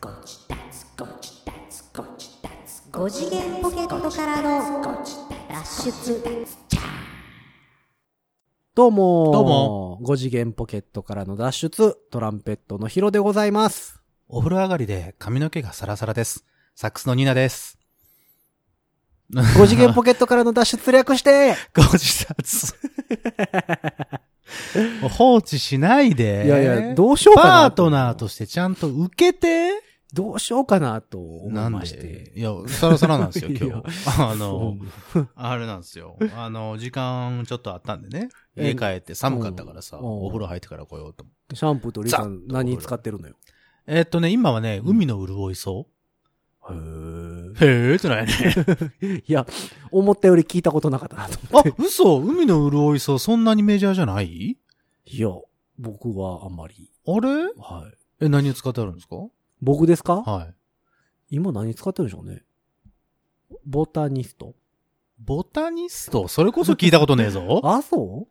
5次元ポケットからの脱出。 どうも5次元ポケットからの脱出、トランペットのヒロでございます。 お風呂上がりで髪の毛がサラサラです。サックスのニナです。 5次元ポケットからの脱出略してご自殺。放置しないで。 いやいや、どうしようかな。 パートナーとしてちゃんと受けて。 どうしようかなと思いまして。 いや、サラサラなんですよ、今日。あれなんですよ。時間ちょっとあったんでね。家帰って寒かったからさ、お風呂入ってから来ようと思って。 シャンプーとリさん何使ってるのよ。 今はね、海の潤いそう。へーってないね。 いや、思ったより聞いたことなかったなと思って。 あ、嘘？海の潤いそうそんなにメジャーじゃない？ いや、僕はあんまり。 あれ？ はい。 何使ってあるんですか？ 僕ですか？ はい。 今何使ってるんでしょうね。ボタニスト？ ボタニスト？それこそ聞いたことねえぞ。 あ、そう？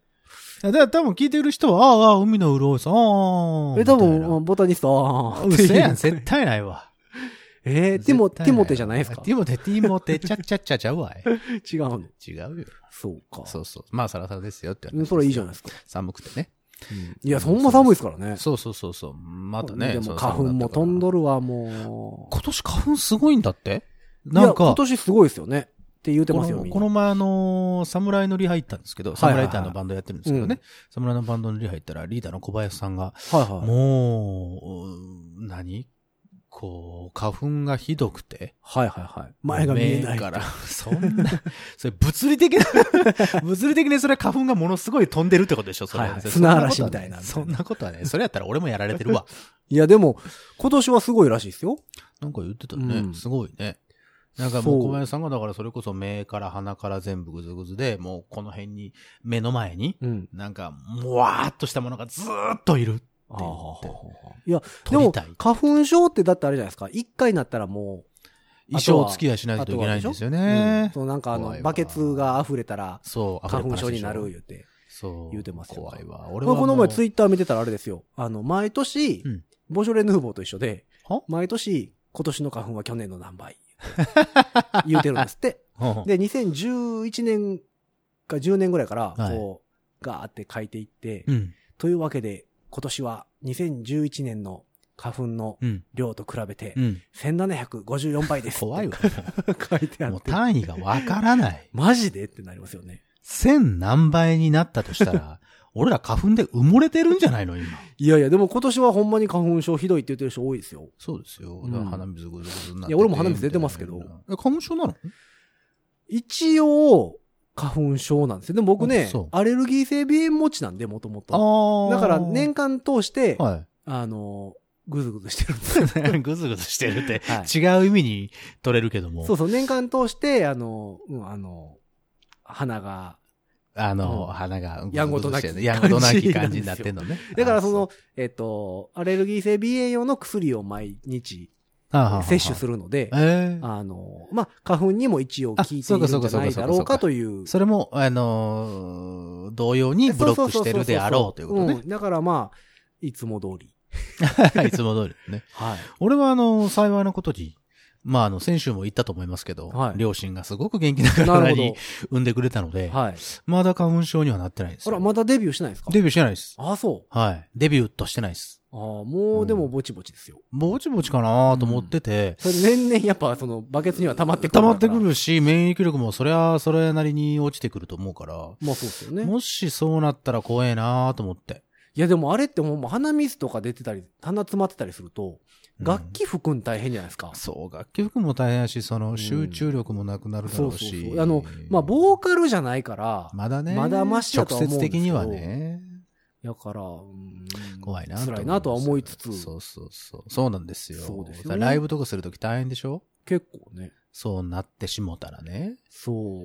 多分聞いてる人は、海の潤いさ、 多分、ボタニスト、 嘘やん、絶対ないわ。 ティモテじゃないですか？ ティモテ、ちゃっちゃっちゃちゃうわい。 違うの？ 違うよ。 そうか。 そう。まあ、サラサラですよって。 それいいじゃないですか。 寒くてね。 いや、そんな寒いですからね。 そう。またね。 でも花粉も飛んどるわ、もう。 今年花粉すごいんだって？ なんか。今年すごいですよね。って言うてますよ、 この前侍のリハ行ったんですけど、侍ってバンドやってるんですけどね。侍のバンドのリハ行ったら、リーダーの小林さんが、もう、花粉がひどくて。 はい。前が見えない。 から、そんな、それ物理的にそれ花粉がものすごい飛んでるってことでしょ、それ。 砂嵐みたいな。 そんなことはね、それやったら俺もやられてるわ。 いや、でも、今年はすごいらしいですよ。 なんか言ってたね。すごいね。なんかもう小林さんがだからそれこそ目から鼻から全部ぐずぐずで、もうこの辺に、目の前に、なんか、もわーっとしたものがずーっといるって言って。 いや、でも、花粉症ってだってあれじゃないですか。一回になったらもう、 一生付き合いしないといけないんですよね。 そう、なんかバケツが溢れたら、花粉症になる言うて、言うてますよ。 怖いわ。俺はこの前ツイッター見てたらあれですよ。毎年、ボジョレ・ヌーボーと一緒で、毎年、今年の花粉は去年の何倍。言うてるんですって。で、2011年か10年ぐらいから、こう、ガーって書いていって、というわけで、今年は2011年の花粉の量と比べて、1754倍です。 怖いわ。 書いてある。 もう単位がわからない。 マジでってなりますよね。 1000何倍になったとしたら、俺ら花粉で埋もれてるんじゃないの今。 いや、でも今年はほんまに花粉症ひどいって言ってる人多いですよ。 そうですよ。鼻水ぐずぐずになって。 いや、俺も鼻水出てますけど。 花粉症なの？ 一応、花粉症なんですよ。でも僕ね、アレルギー性鼻炎持ちなんで、もともと。だから年間通して、ぐずぐずしてるんですよ。 ぐずぐずしてるって、違う意味に取れるけども。 そう、年間通して、鼻が、 鼻が、 やんごとなき感じになってんのね。 だからアレルギー性鼻炎用の薬を毎日、摂取するので、花粉にも一応効いているんじゃないだろうかという。 それも、同様にブロックしてるであろうということね。 だからまあ、いつも通り。 いつも通りね。 はい。 俺は幸いなことに、先週も言ったと思いますけど、両親がすごく元気な体に産んでくれたので、まだ花粉症にはなってないんですよ。 あら、まだデビューしてないですか？ デビューしてないです。 あ、そう。 はい。デビューとしてないです。 もうでもぼちぼちですよ。 ぼちぼちかなと思ってて。 それ年々やっぱバケツには溜まってくる。 溜まってくるし、免疫力もそれなりに落ちてくると思うから。 まあそうですよね。 もしそうなったら怖えなと思って。 いやでもあれってもう鼻水とか出てたり、鼻詰まってたりすると、楽器吹くん大変じゃないですか。 そう、楽器吹くも大変やし、集中力もなくなるだろうし。 ボーカルじゃないから、 まだね。 まだマシだとは思うんですけど。 直接的にはね。 だから、 怖いな。 辛いなとは思いつつ。 そうなんですよ。そうですよね。ライブとかするとき大変でしょ？ 結構ね。 そうなってしもたらね。 そう。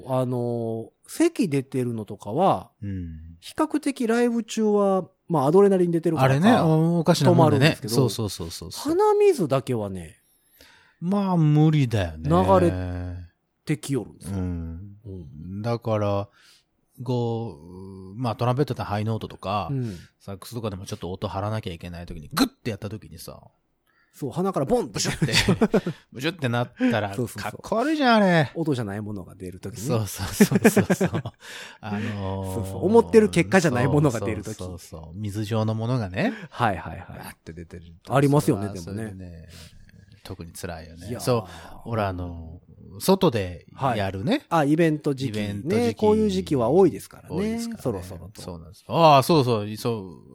咳出てるのとかは、比較的ライブ中は、アドレナリン出てるからあれね、おかしなもんでね。そう。 鼻水だけはね。 無理だよね。 流れてきよるんですよ。 だから、トランペットってハイノートとか、サックスとかでもちょっと音張らなきゃいけないときに、グッてやったときにさ、 そう、鼻からボンって。 ブシュって、ブシュってなったら、かっこ悪いじゃん、あれ。 音じゃないものが出るときに。 そうそうそうそう。そうそう思ってる結果じゃないものが出るとき。 そうそう。水状のものがね。 はいはいはい。 バって出てる。 ありますよね、でもね。 特に辛いよね。そう。俺外でやるね。 イベント時期ね。こういう時期は多いですからね。そろそろと。 そうなんです。ああ、そうそう。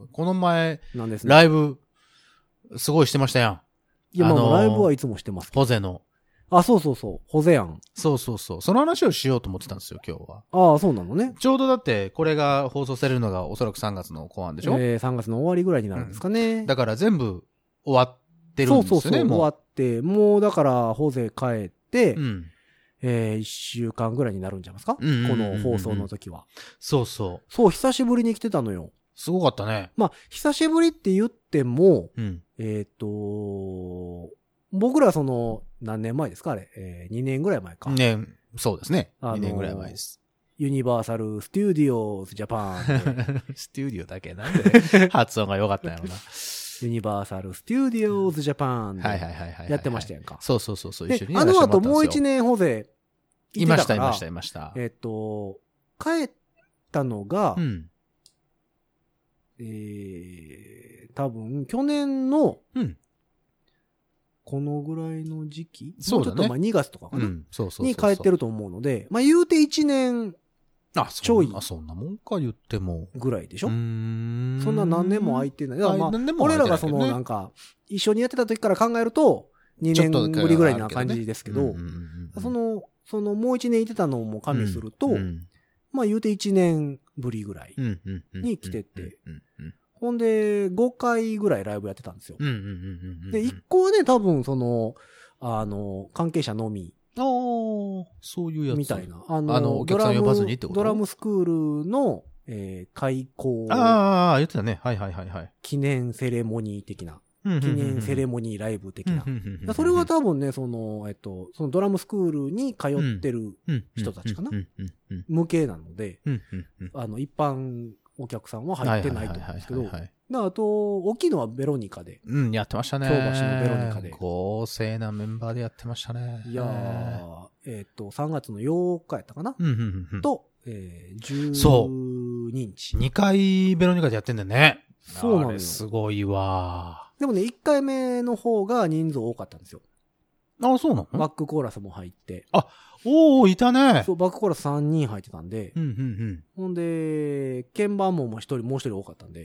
この前、ライブ、すごいしてましたやん。 いや、ライブはいつもしてます。 ホゼの。 そうそうそう。ホゼやん。 そうそうそう。その話をしようと思ってたんですよ、今日は。そうなのね。 ちょうどだって、これが放送されるのがおそらく3月の後半でしょ ？3月の終わりぐらいになるんですかね。 だから全部終わってるんですよね、 そう、終わって、もうだから、ホゼ帰って、1週間ぐらいになるんじゃないですか？この放送の時は。 そうそう。 そう、久しぶりに来てたのよ。 すごかったね。 久しぶりって言っても、僕ら何年前ですかあれ、2年ぐらい前か。 ね、そうですね。2年ぐらい前です。 ユニバーサル・ステューディオーズ・ジャパン。 ステューディオだけなんで発音が良かったんやろな。 ユニバーサル・ステューディオーズ・ジャパン。やってましたやんか。 そうそうそう、一緒に。 後もう1年ホゼいました。 帰ったのが、多分、去年の、このぐらいの時期、 そうだね。 ちょっと2月とかかな、に帰ってると思うので、言うて1年ちょい。 そんなもんか言っても。 ぐらいでしょ？そんな何年も空いてない。俺らがなんか、一緒にやってた時から考えると、2年ぶりぐらいな感じですけど、もう1年いてたのも加味すると、言うて1年ぶりぐらいに来てて、ほんで、5回ぐらいライブやってたんですよ。で、1個はね、多分関係者のみ。 そういうやつ。 みたいな。 お客さん呼ばずにってこと？ ドラムスクールの、開校。 言ってたね。はい。 記念セレモニー的な。記念セレモニーライブ的な。それは多分ね、そのドラムスクールに通ってる人たちかな。向けなので、一般お客さんは入ってないと思うんですけど、あと、大きいのはベロニカで。 やってましたね。 京橋のベロニカで。 豪勢なメンバーでやってましたね。 いやー、3月の8日やったかなと、12日。 2回ベロニカでやってんだよね。 そうなのよ。 すごいわ。 でもね、1回目の方が人数多かったんですよ。 そうなの？ バックコーラスも入って。 いたね。 そう、バックコーラス3人入ってたんで。ほんで、鍵盤ももう一人多かったんで。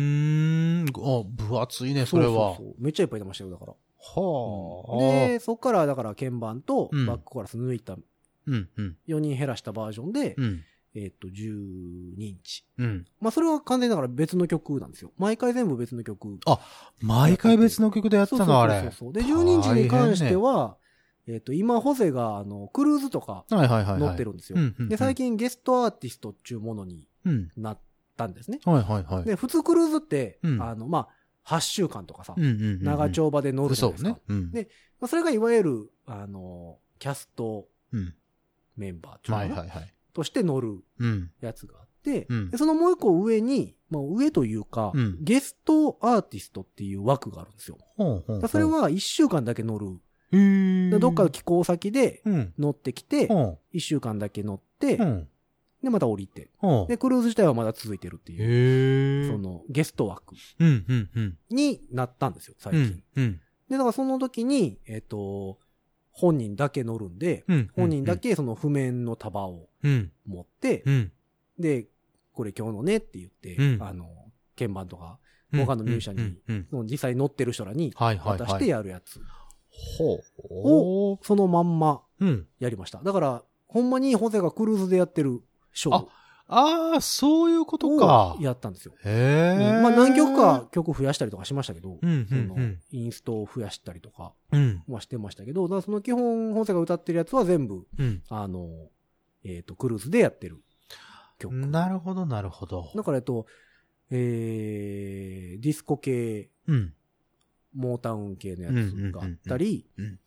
分厚いね、それは。 そう。めっちゃいっぱいいてましたよ、だから。 で、 そっからだから鍵盤とバックコーラス抜いた、4人減らしたバージョンで、12日。それは完全にだから別の曲なんですよ。毎回全部別の曲。 毎回別の曲でやってたのあれ。 そう。で、12日に関しては、今、ホゼが、クルーズとか、乗ってるんですよ。で、最近ゲストアーティストっていうものになったんですね。で、普通クルーズって、8週間とかさ、長丁場で乗るじゃないですか。で、それがいわゆる、キャストメンバーとして乗るやつがあって、でそのもう一個上に、上というか、ゲストアーティストっていう枠があるんですよ。それは1週間だけ乗る。どっかの寄港先で乗ってきて、1週間だけ乗って、で、また降りて。で、クルーズ自体はまだ続いてるっていう、そのゲスト枠になったんですよ、最近。で、だからその時に、本人だけ乗るんで、本人だけその譜面の束を持って、で、これ今日のねって言って、鍵盤とか、他のミュージシャンに、実際乗ってる人らに渡してやるやつ。を、そのまんま、やりました。だから、ほんまにホゼがクルーズでやってるショー。 そういうことか。 やったんですよ。何曲か曲増やしたりとかしましたけど、インストを増やしたりとかはしてましたけど、だからその基本、ホゼが歌ってるやつは全部、クルーズでやってる曲。 なるほど、なるほど。 だからディスコ系、モータウン系のやつがあったり、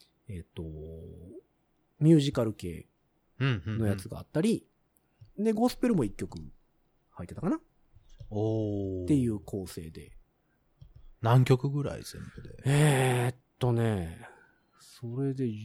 ミュージカル系のやつがあったり、で、ゴスペルも1曲入ってたかなっていう構成で。 何曲ぐらい全部でそれで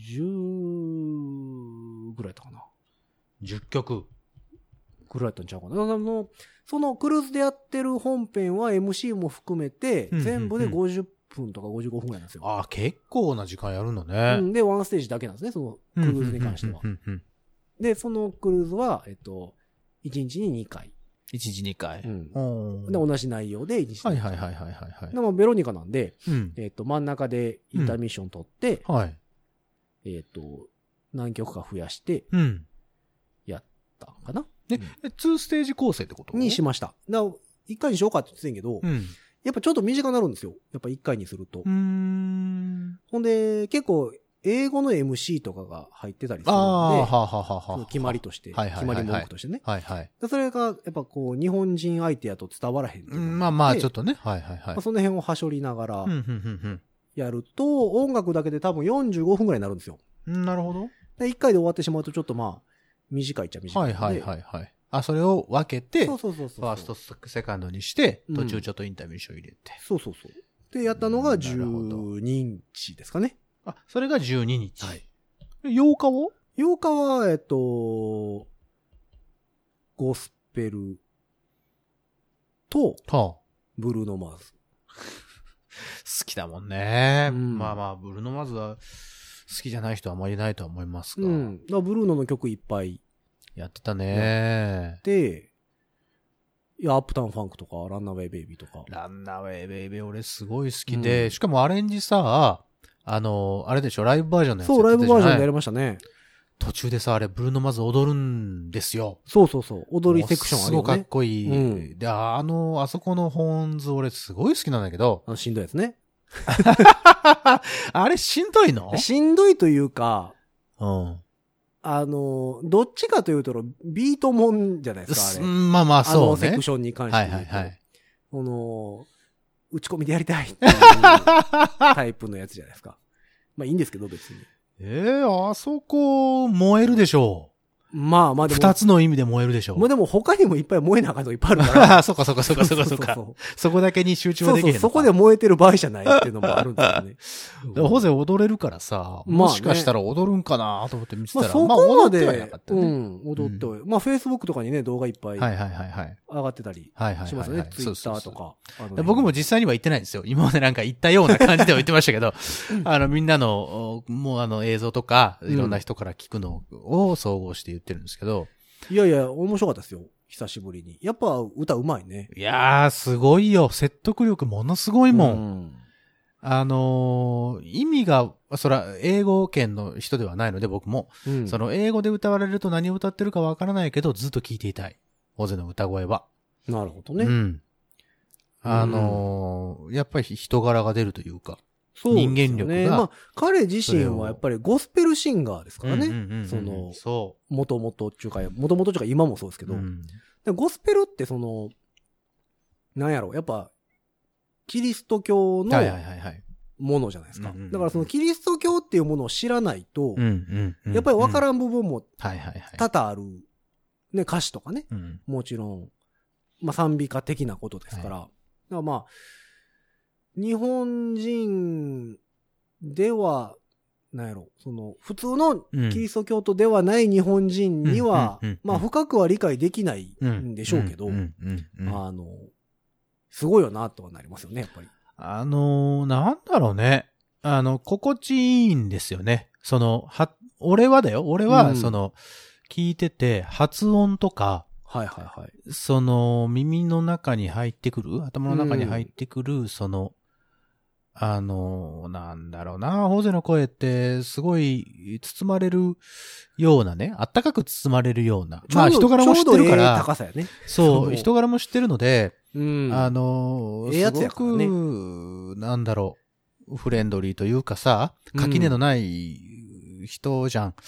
10ぐらいだったかな。 10曲ぐらいだったんちゃうかな。そのクルーズでやってる本編は MC も含めて、全部で50分とか55分ぐらいなんですよ。 ああ、結構な時間やるのね。 で、ワンステージだけなんですね、そのクルーズに関しては。で、そのクルーズは、1日に2回。 1日2回。で、 同じ内容で1日2回。 はい。 でもベロニカなんで、真ん中でインターミッション取って、何曲か増やして、やったかな。 2ステージ構成ってことにしました。1回にしようかって言ってたんやけど、やっぱちょっと短くなるんですよ。やっぱ1回にすると。ほんで、結構、英語の MC とかが入ってたりするので、決まりとして、決まり文句としてね。それが、やっぱこう、日本人相手やと伝わらへん。 まあ、ちょっとね。 その辺をはしょりながら、やると、音楽だけで多分45分くらいになるんですよ。 なるほど。 で、1回で終わってしまうとちょっとまあ、短いっちゃ短い。 あ、それを分けて、ファースト、セカンドにして、途中ちょっとインタビューを入れて。 で、やったのが12日ですかね。 あ、それが12日。8日を ?8 日は、ゴスペルと、ブルーノマーズ。 好きだもんね。まあ、ブルーノマーズは好きじゃない人はあまりいないとは思いますが。 ブルーノの曲いっぱい。 やってたね。 で、アップタウンファンクとか、ランナーウェイベイビーとか。 ランナーウェイベイビー俺すごい好きで、しかもアレンジさ、あれでしょ、ライブバージョンのやつ。 そう、ライブバージョンでやりましたね。 途中でさ、あれ、ブルーノマーズ踊るんですよ。 踊りセクションあるよね。 すごいかっこいい。で、あそこのホーンズ俺すごい好きなんだけど。 しんどいやつね。 あれ、しんどいの？ しんどいというか、どっちかというと、ビートもんじゃないですか、あれ。 まあ、そうね。 セクションに関して言うと。打ち込みでやりたいっていうタイプのやつじゃないですか。まあいいんですけど、別に。 あそこ、燃えるでしょう。 まあでも。 二つの意味で燃えるでしょう。 でも他にもいっぱい燃えなあかんのいっぱいあるから。 そうか。そこだけに集中できへんのか。 そこで燃えてる場合じゃないっていうのもあるんですよね。 ホゼ踊れるからさ、もしかしたら踊るんかなと思って見てたら、 そこまで、 踊ってはなかったね。 踊っては。Facebook とかにね、動画いっぱい。上がってたりしますよね。Twitter とか。 僕も実際には行ってないんですよ。今までなんか行ったような感じでは言ってましたけど、みんなの、もう映像とか、いろんな人から聞くのを総合して言ってるんですけど。 いや、面白かったですよ。久しぶりに。やっぱ歌うまいね。 いやー、すごいよ。説得力ものすごいもん。意味が、そら、英語圏の人ではないので僕も、その英語で歌われると何を歌ってるかわからないけど、ずっと聞いていたい。ホゼの歌声は。 なるほどね。 やっぱり人柄が出るというか。人間力が。 彼自身はやっぱりゴスペルシンガーですからね。もともとっていうか今もそうですけど。ゴスペルってなんやろ、やっぱ、キリスト教のものじゃないですか。だからそのキリスト教っていうものを知らないと、やっぱり分からん部分も多々ある。ね、歌詞とかね。もちろん、賛美歌的なことですから。だから日本人では、なんやろ、普通のキリスト教徒ではない日本人には、深くは理解できないんでしょうけど、すごいよな、とはなりますよね、やっぱり。 なんだろうね。心地いいんですよね。俺は、聞いてて、発音とか、耳の中に入ってくる、頭の中に入ってくる、なんだろうな、ホゼの声って、すごい、包まれるようなね、あったかく包まれるような。人柄も知ってるから。 高さやね。 そう、人柄も知ってるので、すごく、なんだろう、フレンドリーというかさ、垣根のない人じゃん。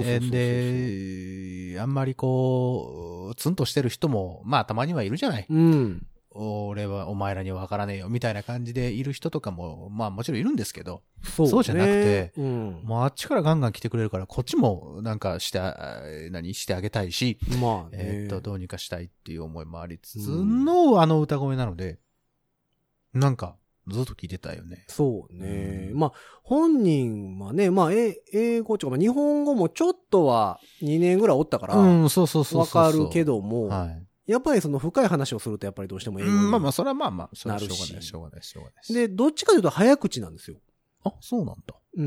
で、あんまりツンとしてる人も、たまにはいるじゃない。俺はお前らには分からねえよみたいな感じでいる人とかももちろんいるんですけど、そうじゃなくて、もうあっちからガンガン来てくれるからこっちもなんかしてあげたいし、どうにかしたいっていう思いもありつつの歌声なので、なんかずっと聞いてたよね。 そうね。まあ、本人はね、まあ、英語とか、日本語もちょっとは2年ぐらいおったから、 そう。 わかるけども、 はい。 やっぱりその深い話をするとやっぱりどうしても英語にまあ、それはまあ、 なるし。 しょうがない。 で、どっちかというと早口なんですよ。 あ、そうなんだ。 うん。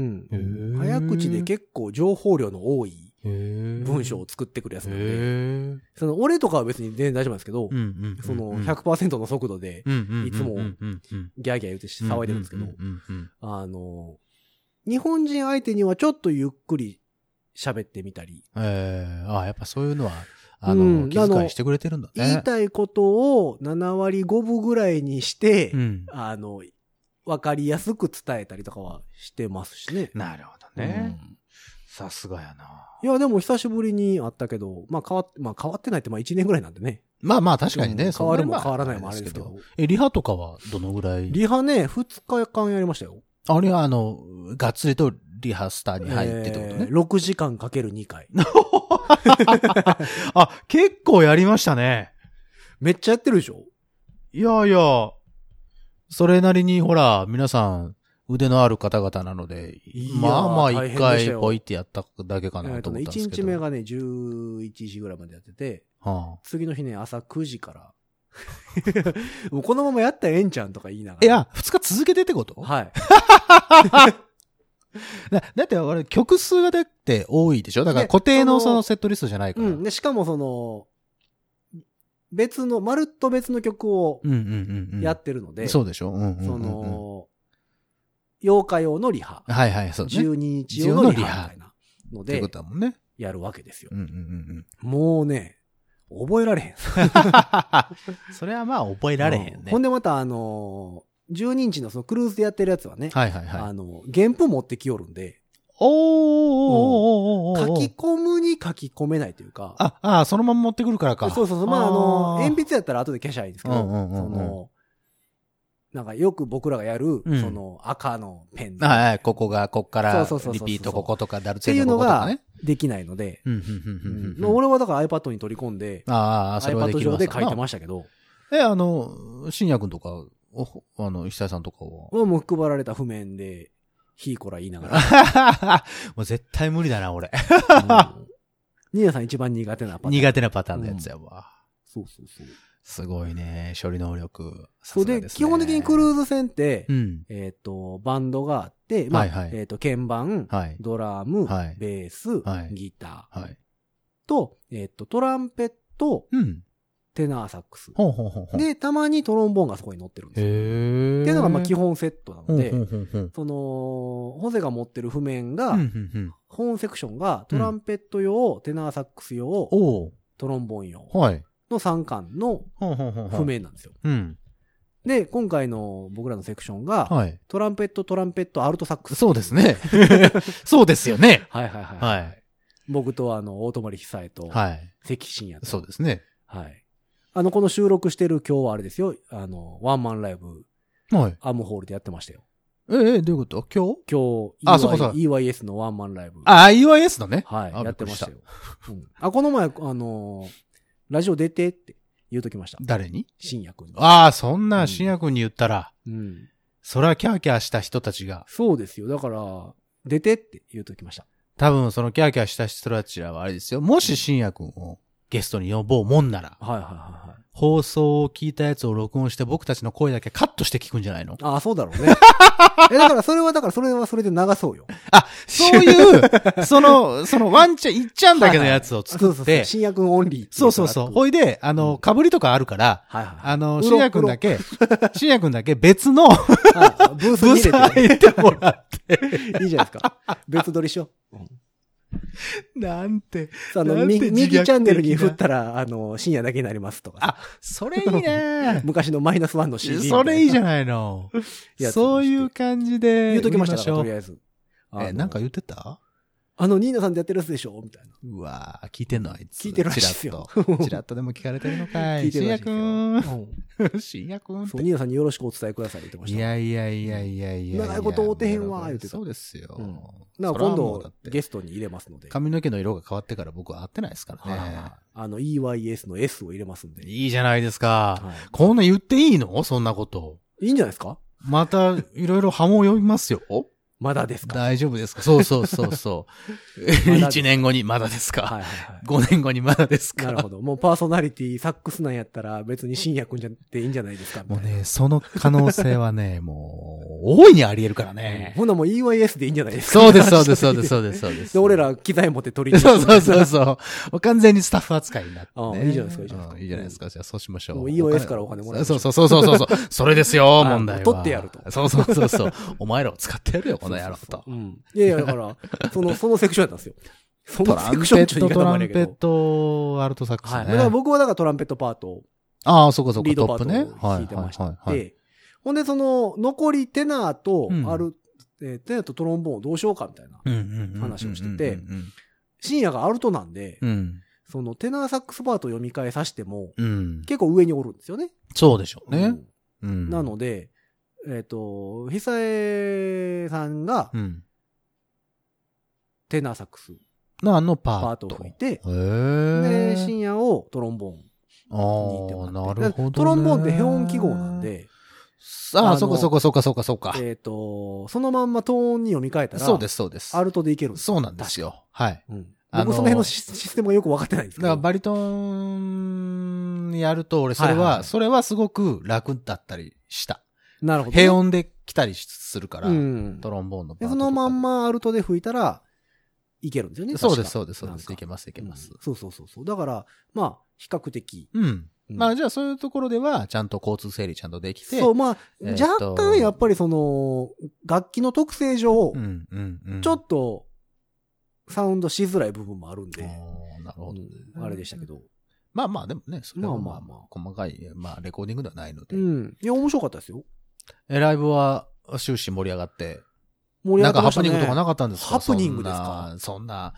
早口で結構情報量の多い文章を作ってくるやつなんで、その俺とかは別に全然大丈夫なんですけど、その 100% の速度でいつもギャーギャー言って騒いでるんですけど、日本人相手にはちょっとゆっくり喋ってみたり。 やっぱそういうのは、気遣いしてくれてるんだね。 言いたいことを7割5分ぐらいにして、わかりやすく伝えたりとかはしてますしね。 なるほどね。さすがやな。 いや、でも久しぶりに会ったけど、まあ変わってないって1年ぐらいなんでね。 まあ確かにね。 変わるも変わらないもあれですけど。 リハとかはどのぐらい？ リハね、2日間やりましたよ。 あれはがっつりとリハスターに入ってってことね。 6時間かける2回。 あ、結構やりましたね。 めっちゃやってるでしょ？ いや、それなりにほら、皆さん腕のある方々なので、まあ一回ポイってやっただけかなと思ったんですけど。 1日目がね、11時ぐらいまでやってて、次の日ね、朝9時から、もうこのままやったらええんちゃんとか言いながら。 いや、2日続けてってこと？ はい。 だって俺曲数がだって多いでしょ？だから固定のそのセットリストじゃないから。 で、しかもその、まるっと別の曲をやってるので、 そうでしょ？ その、8日用のリハ。 はい、そうね。 12日用のリハみたいなので、やるわけですよ。もうね、覚えられへん。 それはまあ覚えられへんね。 ほんでまた12日のそのクルーズでやってるやつはね、原譜持ってきよるんで、書き込むに書き込めないというか。 そのまま持ってくるからか。 そう。まあ鉛筆やったら後で消しゃいいんですけど、その、なんかよく僕らがやる、その赤のペン。 こっからリピートこことかダルツェのこことかね。 っていうのができないので、俺はだから iPad に取り込んで、iPad 上で書いてましたけど。 深夜くんとか、石田さんとかはもう配られた譜面で、ひーこら言いながら。 もう絶対無理だな、俺。 ニーナさん一番苦手なパターン。 苦手なパターンのやつやわ。 そう。 すごいね、処理能力。 そうで、基本的にクルーズ船って、バンドがあって、鍵盤、ドラム、ベース、ギターと、トランペット、テナーサックス。で、たまにトロンボーンがそこに乗ってるんですよ。っていうのがまあ基本セットなので、その、ホゼが持ってる譜面が、本セクションがトランペット用、テナーサックス用、トロンボーン用の3巻の譜面なんですよ。で、今回の僕らのセクションが、トランペット、アルトサックス。 そうですね。そうですよね。 はい。僕と大泊久恵と、関真也と。 そうですね。 はい。この収録してる今日はあれですよ。ワンマンライブ。アムホールでやってましたよ。 どういうこと今日 EYS のワンマンライブ。 EYS のね。 はい。やってましたよ。この前、ラジオ出てって言うときました。 誰に？ 深夜くんに。 そんな深夜くんに言ったら。それはキャーキャーした人たちが。 そうですよ。だから、出てって言うときました。 多分そのキャーキャーした人たちはあれですよ。もし深夜くんをゲストに呼ぼうもんなら。放送を聞いたやつを録音して僕たちの声だけカットして聞くんじゃないの？ そうだろうね。だからそれはそれで流そうよ。 そういう、そのワンチャン、いっちゃんだけのやつを作って。 深夜くんオンリー。 そう。ほいで、被りとかあるから、深夜くんだけ別の、ブースに入れてもらって。 いいじゃないですか。別撮りしよう。 なんて。 右チャンネルに振ったら、深夜だけになりますとか。 それいいね。 昔のマイナス1の CD。 それいいじゃないの。そういう感じで。 言うときましたから、とりあえず。 なんか言ってた？ ニーナさんでやってるやつでしょみたいな。 うわぁ、聞いてんのあいつ。 聞いてるらしいですよ。 チラッとでも聞かれてるのかい。 聞いてるらしいですよ。 深夜くん。 そう、ニーナさんによろしくお伝えくださいって言ってました。 いや。 長いこと会うてへんわ、言ってた。 そうですよ。 今度、ゲストに入れますので。 髪の毛の色が変わってから僕は会ってないですからね。 EYS の S を入れますんで。 いいじゃないですか。こんな言っていいの？そんなこと。 いいんじゃないですか？ また、いろいろ波紋を呼びますよ。 まだですか？ 大丈夫ですか？そうそうそうそう。1年後にまだですか？はいはいはい。5年後にまだですか？ なるほど。もうパーソナリティサックスなんやったら別に深夜くんじゃっていいんじゃないですか？ もうね、その可能性はね、もう、大いにあり得るからね。 ほんなもう EYS でいいんじゃないですか？ そうです、そうです、そうです、そうです、そうです。 で、俺ら機材持って取りに行く。そうそうそう。完全にスタッフ扱いになって、ね。 いいじゃないですか、いいじゃないですか。 いいじゃないですか。じゃあそうしましょう。 もう EYS からお金もらう。 そうそうそうそうそう。それですよ、問題は。 取ってやると。 そうそうそうそう。お前らを使ってやるよ、この野郎と。 いやいや、だから、そのセクションやったんですよ。そのセクションちょっと言い方もあるけど。 トランペット、アルトサックスね。はい。 だから僕はだからトランペットパート。 ああ、そこそこ。 リードパートを弾いてまして。ほんで、その、残りテナーと、テナーとトロンボーンをどうしようかみたいな話をしてて、深夜がアルトなんで、そのテナーサックスパートを読み替えさせても、結構上におるんですよね。 そうでしょうね。 なので、久江さんが、テナーサックスのパートを吹いて、で、深夜をトロンボーンに行ってもらって。なるほど、ね。トロンボーンってヘ音記号なんで、 ああ、そうかそうかそうかそうかそうか。 そのまんまトーンに読み替えたら、 そうですそうです。 アルトでいけるんです。 そうなんですよ。はい。 僕その辺のシステムがよく分かってないんですけど。 だからバリトンやると、俺それはすごく楽だったりした。 なるほど。 平音で来たりするから、トロンボーンのパートとか。 そのまんまアルトで吹いたら、いけるんですよね。 そうです、そうです、そうです。いけます、いけます。 そうそうそう。だから、まあ、比較的。 まあ、じゃあそういうところでは、ちゃんと交通整理ちゃんとできて。 そう、まあ、若干やっぱりその、楽器の特性上、ちょっと、サウンドしづらい部分もあるんで。 なるほど。 あれでしたけど。 まあまあ、でもね、それはまあまあ、細かい、まあ、レコーディングではないので。 いや、面白かったですよ。 ライブは終始盛り上がって。 盛り上がってましたね。 なんかハプニングとかなかったんですか？ ハプニングですか？ そんな、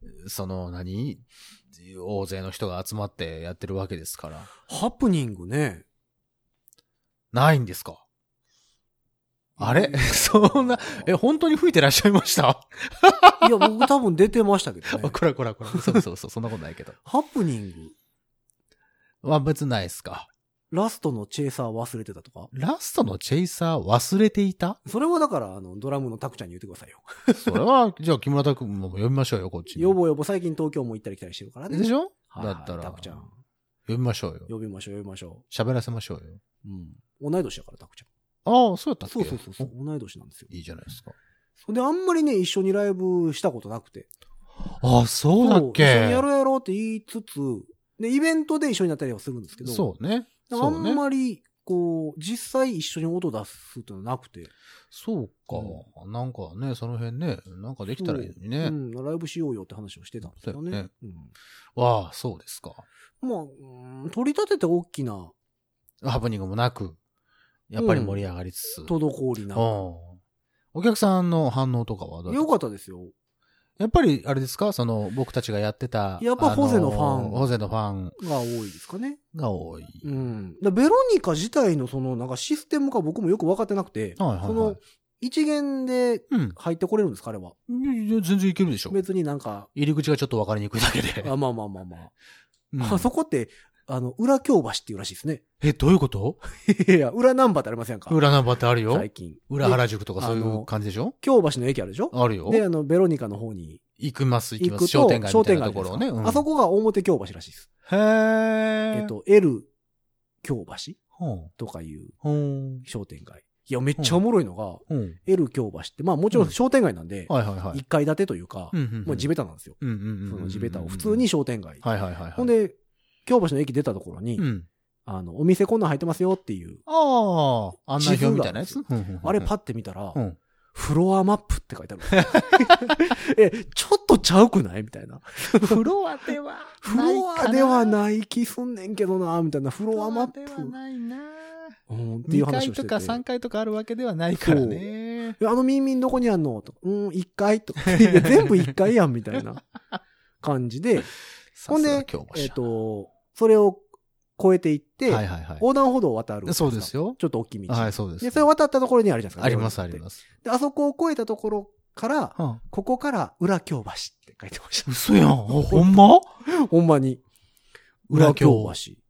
大勢の人が集まってやってるわけですから。 ハプニングね。 ないんですか？あれそんな、本当に吹いてらっしゃいました？ いや、僕多分出てましたけどね。 こら。そうそう、そんなことないけど。 ハプニングは別にないですか？ ラストのチェイサー忘れてたとか？ ラストのチェイサー忘れていた？ それはだから、ドラムのタクちゃんに言ってくださいよ。 それは、じゃあ木村拓も呼びましょうよ、こっちに。 呼ぼう、最近東京も行ったり来たりしてるからね。 でしょ？ だったら。タクちゃん。 呼びましょうよ。 呼びましょう。 喋らせましょうよ。 同い年だから、タクちゃん。 ああ、そうやったっけ？ そう。同い年なんですよ。 いいじゃないですか。 で、あんまりね、一緒にライブしたことなくて。 ああ、そうだっけ？ 一緒にやろうって言いつつ、で、イベントで一緒になったりはするんですけど。 そうね。 あんまり、実際一緒に音出すってのはなくて。 そうか。なんかね、その辺ね、なんかできたらいいのにね。 ライブしようよって話をしてたんですよね。 わあ、そうですか。 まあ、取り立てて大きな。 ハプニングもなく、やっぱり盛り上がりつつ。 滞りな。 お客さんの反応とかはどうですか？ よかったですよ。 やっぱり、あれですか？僕たちがやってた。 やっぱホゼのファン。 ホゼのファン。 が多いですかね。 が多い。 ベロニカ自体のなんかシステムか僕もよく分かってなくて。一元で入ってこれるんですか、あれは。 全然いけるでしょ。 別になんか。 入り口がちょっと分かりにくいだけで。 まあ。そこって、裏京橋っていうらしいですね。 どういうこと？ いや、裏ナンバーってありませんか？ 裏ナンバーってあるよ。 最近。 裏原宿とかそういう感じでしょ？ 京橋の駅あるでしょ？ あるよ。 で、ベロニカの方に。 行きます。商店街みたいなところをね。 あそこが表京橋らしいです。 へー。 L 京橋とかいう商店街。いや、めっちゃおもろいのが、L 京橋って、まあもちろん商店街なんで、1階建てというか、もう地べたなんですよ。その地べたを普通に商店街。ほんで、京橋の駅出たところに、お店こんなん入ってますよっていう。 案内表みたいなやつ？ あれパッて見たら、フロアマップって書いてある。ちょっとちゃうくないみたいな。 フロアではない気すんねんけどな、みたいな。フロアマップ。 ではないな。 っていう話をしてて。 2階とか3階とかあるわけではないからね。 ミンミンどこにあんのと。1階とか。全部1階やん、みたいな感じで。ほんで、それを越えていって、横断歩道を渡る。 そうですよ。 ちょっと大きい道。 はい、そうです。 で、それを渡ったところにあるじゃないですか。 あります、あります。 で、あそこを越えたところから、ここから裏京橋って書いてました。 嘘やん。ほんま？ ほんまに。裏京橋。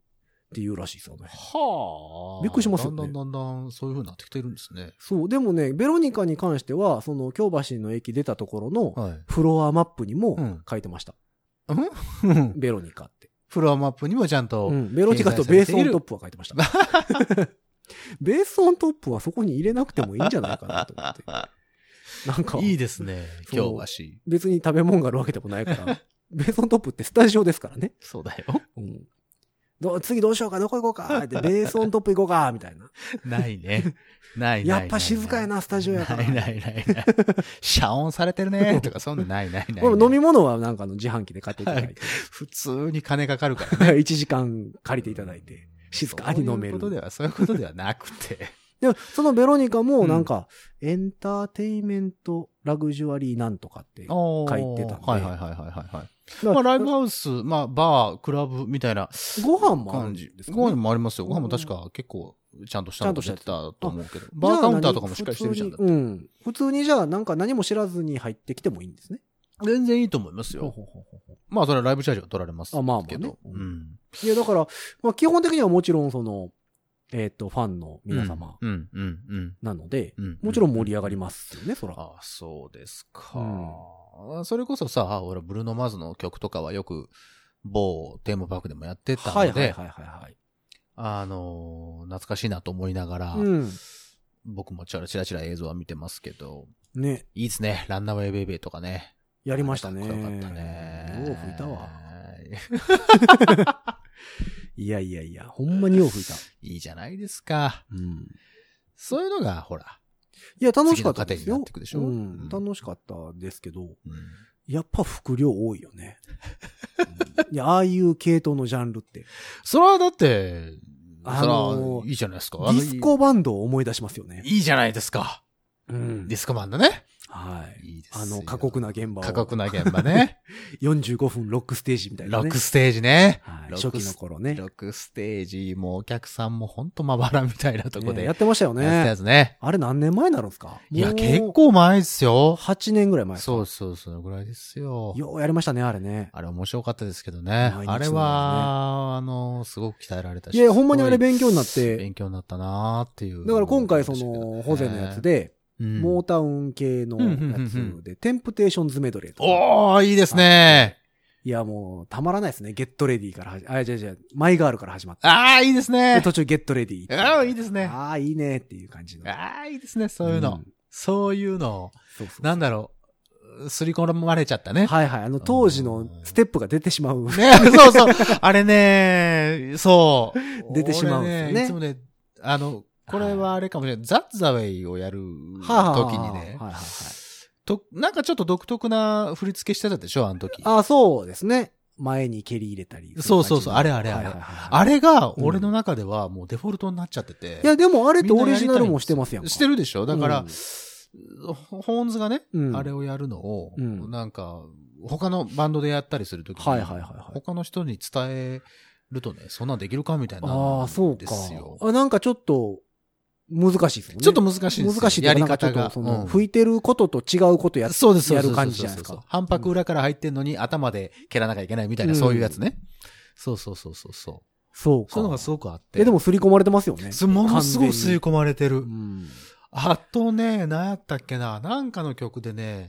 ていうらしいですよね。 はあ。 びっくりしますよね。 だんだんそういう風になってきてるんですね。 そう。でもね、ベロニカに関しては、その京橋の駅出たところのフロアマップにも書いてました。ベロニカって。 フロアマップにもちゃんと、 ベロニカとベースオントップは書いてました。ベースオントップはそこに入れなくてもいいんじゃないかなと思って。なんか。 いいですね、京橋。 別に食べ物があるわけでもないから。ベースオントップってスタジオですからね。 そうだよ。 次どうしようか、どこ行こうか、ってベースオントップ行こうか、みたいな。 ないね。ない。 やっぱ静かやな、スタジオやから。 ない。遮音されてるね、とかそんなない。 飲み物はなんかの自販機で買っていただいて。 普通に金かかるからね。 1時間借りていただいて、静かに飲める。 そういうことではなくて。 でも、そのベロニカもなんか、エンターテイメントラグジュアリーなんとかって書いてたんで。 はい。まあ、ライブハウス、まあ、バー、クラブみたいな。 ご飯もあるんですかね。 ご飯もありますよ。ご飯も確か結構、ちゃんとしたのが出てたと思うけど。バーカウンターとかもしっかりしてるじゃん。 普通にじゃあ、なんか何も知らずに入ってきてもいいんですね。 全然いいと思いますよ。まあ、それはライブチャージは取られますけど。 まあね。いや、だから、まあ、基本的にはもちろんその、ファンの皆様なので、もちろん盛り上がりますよね、そら。 あ、そうですか。それこそさ、俺、ブルーノ・マーズの曲とかはよく、某テーマパークでもやってたので、懐かしいなと思いながら、僕もチラチラ映像は見てますけど、 ね。 いいですね。ランナウェイベイベーとかね。 やりましたね。 よかったね。 よう吹いたわ。いや、ほんまによう吹いた。 いいじゃないですか。そういうのが、ほら。 いや、楽しかったですよ。 楽しかったですけど、やっぱ副量多いよね。いや、ああいう系統のジャンルって。 それはだって、いいじゃないですか。 ディスコバンドを思い出しますよね。 いいじゃないですか。ディスコバンドね。 はい。いいです。過酷な現場を。 過酷な現場ね。 45分ロックステージみたいなね。 ロックステージね。 はい。初期の頃ね。 ロックステージ、もうお客さんもほんとまばらみたいなとこで。 やってましたよね。 やってたやつね。 あれ何年前になるんですか？ いや、結構前ですよ。 8年ぐらい前。 そう、そのぐらいですよ。 ようやりましたね、あれね。 あれ面白かったですけどね。あれは、すごく鍛えられたし。 いや、ほんまにあれ勉強になって。 勉強になったなーっていう。 だから今回その、ホゼのやつで、モータウン系のやつで、テンプテーションズメドレーとか。 おー、いいですね。 いや、もう、たまらないですね。ゲットレディからマイガールから始まって。 あー、いいですね。 途中ゲットレディ。 あー、いいですね。 あー、いいねっていう感じの。 あー、いいですね、そういうの。そういうの。なんだろう。すり込まれちゃったね。 はいはい。当時のステップが出てしまう。 ね、そう。あれね、そう。 出てしまうんですよね。 いつもね、これはあれかもしれない。ザッザウェイをやる時にね。なんかちょっと独特な振り付けしてたでしょ、あの時。 あ、そうですね。前に蹴り入れたり。 そう。あれ。あれが、俺の中ではもうデフォルトになっちゃってて。 いや、でもあれってオリジナルもしてますやん。 してるでしょ。だから、ホーンズがね、あれをやるのを、なんか、他のバンドでやったりするときに、他の人に伝えるとね、そんなんできるかみたいな。 ああ、そうか。なんかちょっと、難しいですもんね。 ちょっと難しいです。 難しいやり方が。吹いてることと違うことやる感じじゃないですか。 反拍裏から入ってんのに頭で蹴らなきゃいけないみたいな、そういうやつね。そう。 そうか。 そういうのがすごくあって。 でも刷り込まれてますよね。 ものすごく刷り込まれてる。あとね、何やったっけな、なんかの曲でね、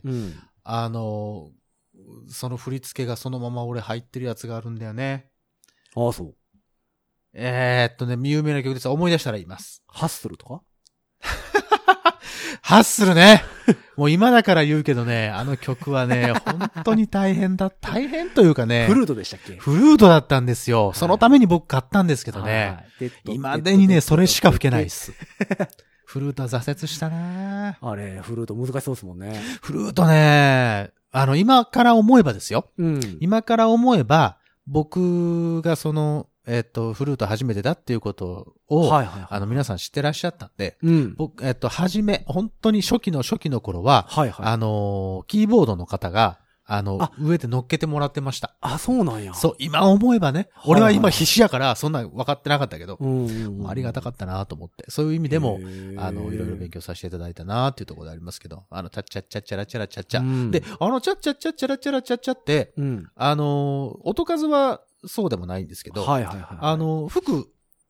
その振り付けがそのまま俺入ってるやつがあるんだよね。 ああ、そう。 有名な曲です。思い出したら言います。 ハッスルとかハッスルね。もう今だから言うけどね、あの曲はね、本当に大変というかね。 フルートでしたっけ？ フルートだったんですよ。そのために僕買ったんですけどね。今でにね、それしか吹けないっす。フルートは挫折したな。 あれ、フルート難しそうですもんね。 フルートね、今から思えばですよ。今から思えば、僕がその、フルート初めてだっていうことを、皆さん知ってらっしゃったんで、僕、本当に初期の頃は、キーボードの方が、上で乗っけてもらってました。 あ、そうなんや。 そう、今思えばね、俺は今必死やから、そんな分かってなかったけど、ありがたかったなと思って、そういう意味でも、いろいろ勉強させていただいたなっていうところでありますけど、チャッチャッチャッチャラチャラチャッチャ。で、チャッチャッチャッチャラチャラチャッチャって、音数は、 そうでもないんですけど、 はいはいはい。 吹く、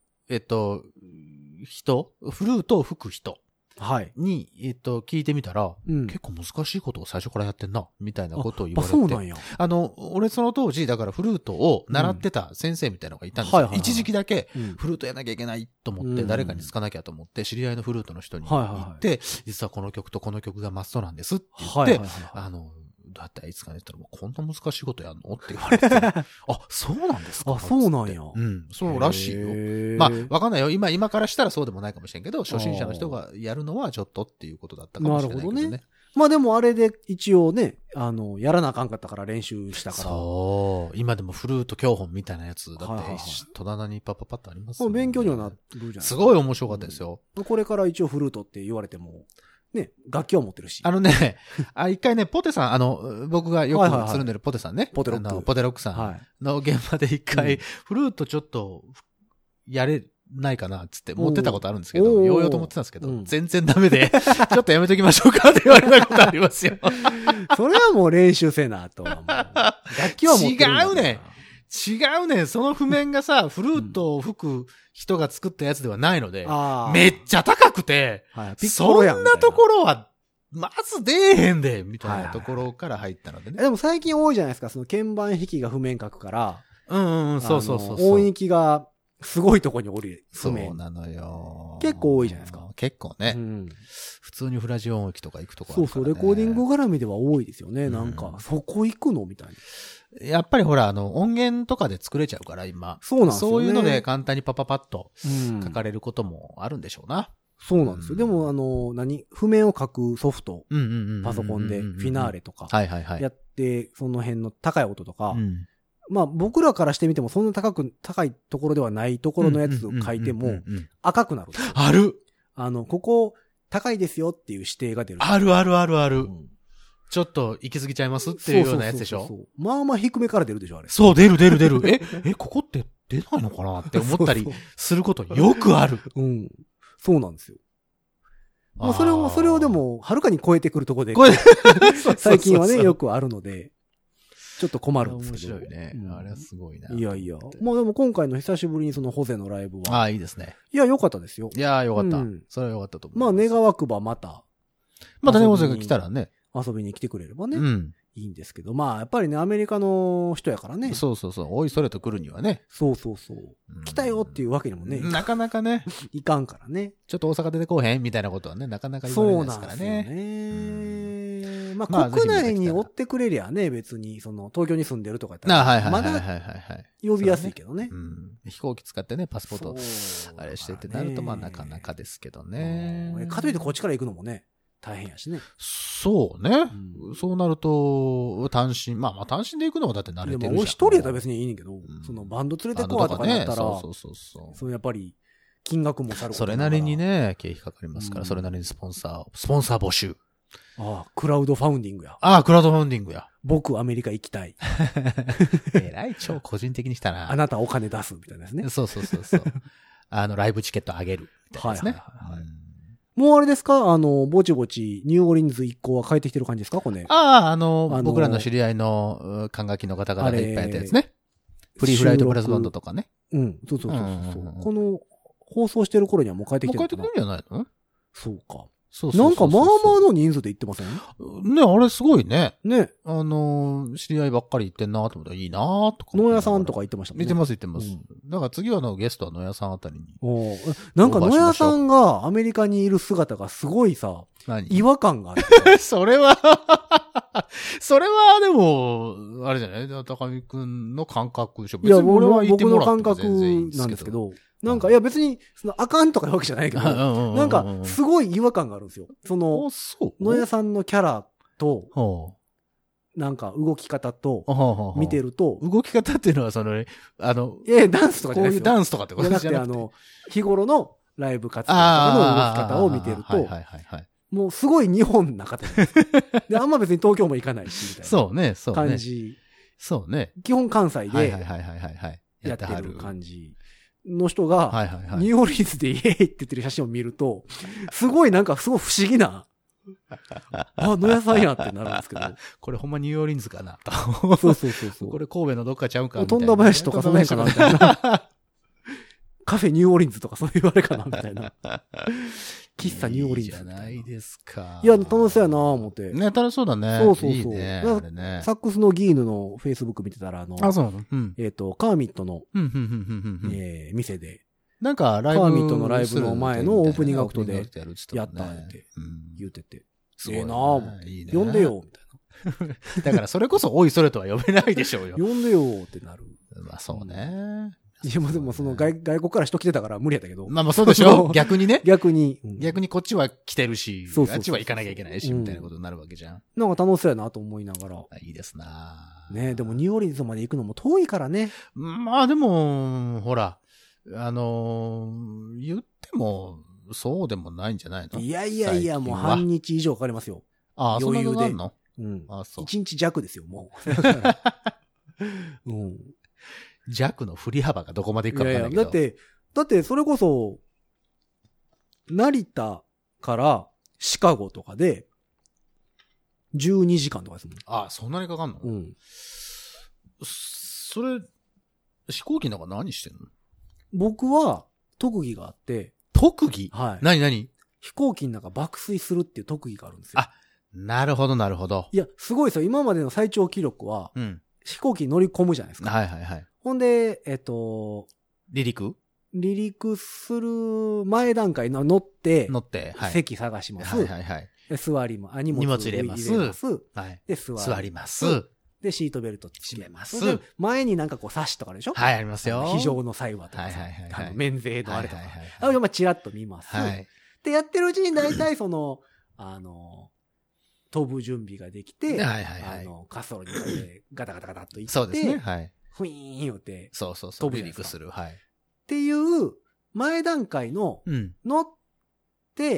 フルートを吹く人に、聞いてみたら、結構難しいことを最初からやってんな、みたいなことを言われて。 そうなんや。 俺その当時、だからフルートを習ってた先生みたいなのがいたんですよ。一時期だけ、フルートやんなきゃいけないと思って、誰かにつかなきゃと思って、知り合いのフルートの人に行って、実はこの曲とこの曲がマストなんですって言って、だっていつかねったら、こんな難しいことやんのって言われて。あ、そうなんですか。 そうなんや。 そうらしいよ。まあ、わかんないよ。今からしたらそうでもないかもしれんけど、初心者の人がやるのはちょっとっていうことだったかもしれないけどね。なるほどね。 まあでもあれで一応ね、やらなあかんかったから練習したから。 そう。今でもフルート教本みたいなやつだって、戸棚にパッとありますよね。 勉強にはなるじゃないですか。 すごい面白かったですよ。 これから一応フルートって言われても、ね、楽器は持ってるし。 一回ね、ポテさん、僕がよくつるんでるポテさんね。 ポテロック。 ポテロックさんの現場で一回、フルートちょっと、やれないかなっつって持ってたことあるんですけど、ようようと思ってたんですけど、全然ダメで、ちょっとやめときましょうかって言われたことありますよ。 それはもう練習せなと。楽器は持ってる。 違うね。その譜面がさ、フルートを吹く人が作ったやつではないので、めっちゃ高くて、そんなところは、まず出えへんで、みたいなところから入ったのでね。 でも最近多いじゃないですか、その鍵盤弾きが譜面書くから、 そう。 音域がすごいとこに降りる。 そうなのよ。 結構多いじゃないですか。 結構ね。普通にフラジオ音域とか行くとこあるからね。 そう、レコーディング絡みでは多いですよね。なんか、そこ行くのみたいな。 やっぱりほら、音源とかで作れちゃうから、今。 そうなんですよね。 そういうので簡単にパッと書かれることもあるんでしょうな。 そうなんですよ。でも、譜面を書くソフト、パソコンでフィナーレとか、やって、その辺の高い音とか、まあ僕らからしてみてもそんな高いところではないところのやつを書いても赤くなる。 ある。 ここ高いですよっていう指定が出る。 ある。ちょっと行き過ぎちゃいますっていうようなやつでしょ。 まあまあ低めから出るでしょ、あれ。 そう、出る。ここって出ないのかなって思ったりすることよくある。 そうなんですよ。まあそれをでも、はるかに超えてくるところで、最近はね、よくあるので、ちょっと困るんですけど。 面白いね。あれはすごいな。 いや。まあでも今回の久しぶりにそのホゼのライブは。 いいですね。 いや、良かったですよ。 いや、良かった。それは良かったと思う。 まあ願わくばまたね、ホゼが来たらね。 遊びに来てくれればね。いいんですけど、まあやっぱりね、アメリカの人やからね。 そう。おいそれと来るにはね。 そう。来たよっていうわけにもね。 なかなかね。 いかんからね。 ちょっと大阪出てこうへんみたいなことはね、なかなか言われないですからね。そうなんですよね。まあ国内に追ってくれりゃね、別に、東京に住んでるとかやったら。まだ呼びやすいけどね。 飛行機使ってね、パスポート、あれしてってなると、まあなかなかですけどね。 かといってこっちから行くのもね。大変やしね。 そうね。そうなると、単身。まあ単身で行くのはだって慣れてるじゃん。 俺一人やったら別にいいねんけど、そのバンド連れてこうとかなったら、そうやっぱり、金額もさることそれなりにね、経費かかりますから、それなりにスポンサー募集。 クラウドファウンディングや。 クラウドファウンディングや。 僕アメリカ行きたい。 えらい超個人的にしたな。 あなたお金出すみたいなですね。 そう。ライブチケットあげるみたいなですね。 もうあれですかぼちぼち、ニューオーリンズ一行は帰ってきてる感じですかこれ。 僕らの知り合いの管楽器の方々がいっぱいやったやつね。フリーフライトブラスバンドとかね。 そう。この、放送してる頃にはもう帰ってきてるかな。 もう帰ってくるんじゃないの？ そうか。なんかまあまあの人数で行ってません？ ね、あれすごいね。 ね。 知り合いばっかり行ってんなと思ったらいいなとか。 野屋さんとか行ってましたもんね。 行ってます。だから次はゲストは野屋さんあたりに。 なんか野屋さんがアメリカにいる姿がすごいさ、違和感がある。 それはでも、あれじゃない高見くんの感覚でしょ。 いや、俺は僕の感覚なんですけど。なんか、いや別に、あかんとかいうわけじゃないけど、なんか、すごい違和感があるんですよ。野屋さんのキャラと、なんか動き方と、見てると。 動き方っていうのはダンスとかじゃないですよ。 こういうダンスとかってことじゃなくて。 日頃のライブ活動とかの動き方を見てると、もうすごい日本な方です。で、あんま別に東京も行かないし、みたいな。 そうね。 感じ。 そうね。 基本関西で、やってる感じ。の人が、ニューオーリンズでイエーイって言ってる写真を見ると、すごい不思議な。 あ、野屋さんやってなるんですけど。 これほんまニューオーリンズかなと。 そうそうそうそう。 これ神戸のどっかちゃうかみたいな。 富田林とかその辺かなみたいな。カフェニューオーリンズとかそういうあれかなみたいな。喫茶ニューオーリンズ。 いいじゃないですか。 いや、楽しそうやなぁ思って。 ね、楽しそうだね。 そうそうそう。 いいね。あれね。 サックスのギーヌのフェイスブック見てたら、 あ、そうなのうん。 カーミットの、店で。 なんか、ライブ。 カーミットのライブの前のオープニングアクトで、やったって言ってて。ええなぁ思って。呼んでよ、みたいな。 だからそれこそ、おいそれとは呼べないでしょうよ。 呼んでよってなる。 まあそうね。 いや、でもその外国から人来てたから無理やったけど。 まあまあそうでしょ逆にね。 逆にこっちは来てるし、あっちは行かなきゃいけないし、みたいなことになるわけじゃん。 なんか楽しそうやなと思いながら。 いいですなねでもニューオーリンズまで行くのも遠いからね。 まあでも、ほら、言っても、そうでもないんじゃないの？ いやいやいや、もう半日以上かかりますよ。 ああ、余裕で。そんなのあるの？ うん。あ、そう。1日弱ですよ、もう。うん。 弱の振り幅がどこまで行くか分かんないけど。 いやいや、だってそれこそ、成田からシカゴとかで、12時間とかですもん。 ああ、そんなにかかんの？うん。それ、飛行機なんか何してんの？僕は、特技があって。 特技？ はい。 何？ 飛行機の中爆睡するっていう特技があるんですよ。 あ、なるほどなるほど。 いや、すごいですよ。今までの最長記録は、飛行機に乗り込むじゃないですか。 はいはいはい。 ほんで、 離陸する前段階の乗って、 はい、 席探します。 はいはいはい。 座ります。荷物入れます。 はい。で、 座ります。 で、シートベルトつけます。前になんかこう、サッシとかあるでしょ？ はい、ありますよ。 非常の際はとか。はいはいはい。免税のあれとか。まあ、チラッと見ます。はい。で、やってるうちに大体その、飛ぶ準備ができて、はいはいはい。滑走路にガタガタガタっと行って、 そうですね。はい。 ふいーん言うて、 そうそうそう。離陸する。はい。 っていう前段階の、乗って、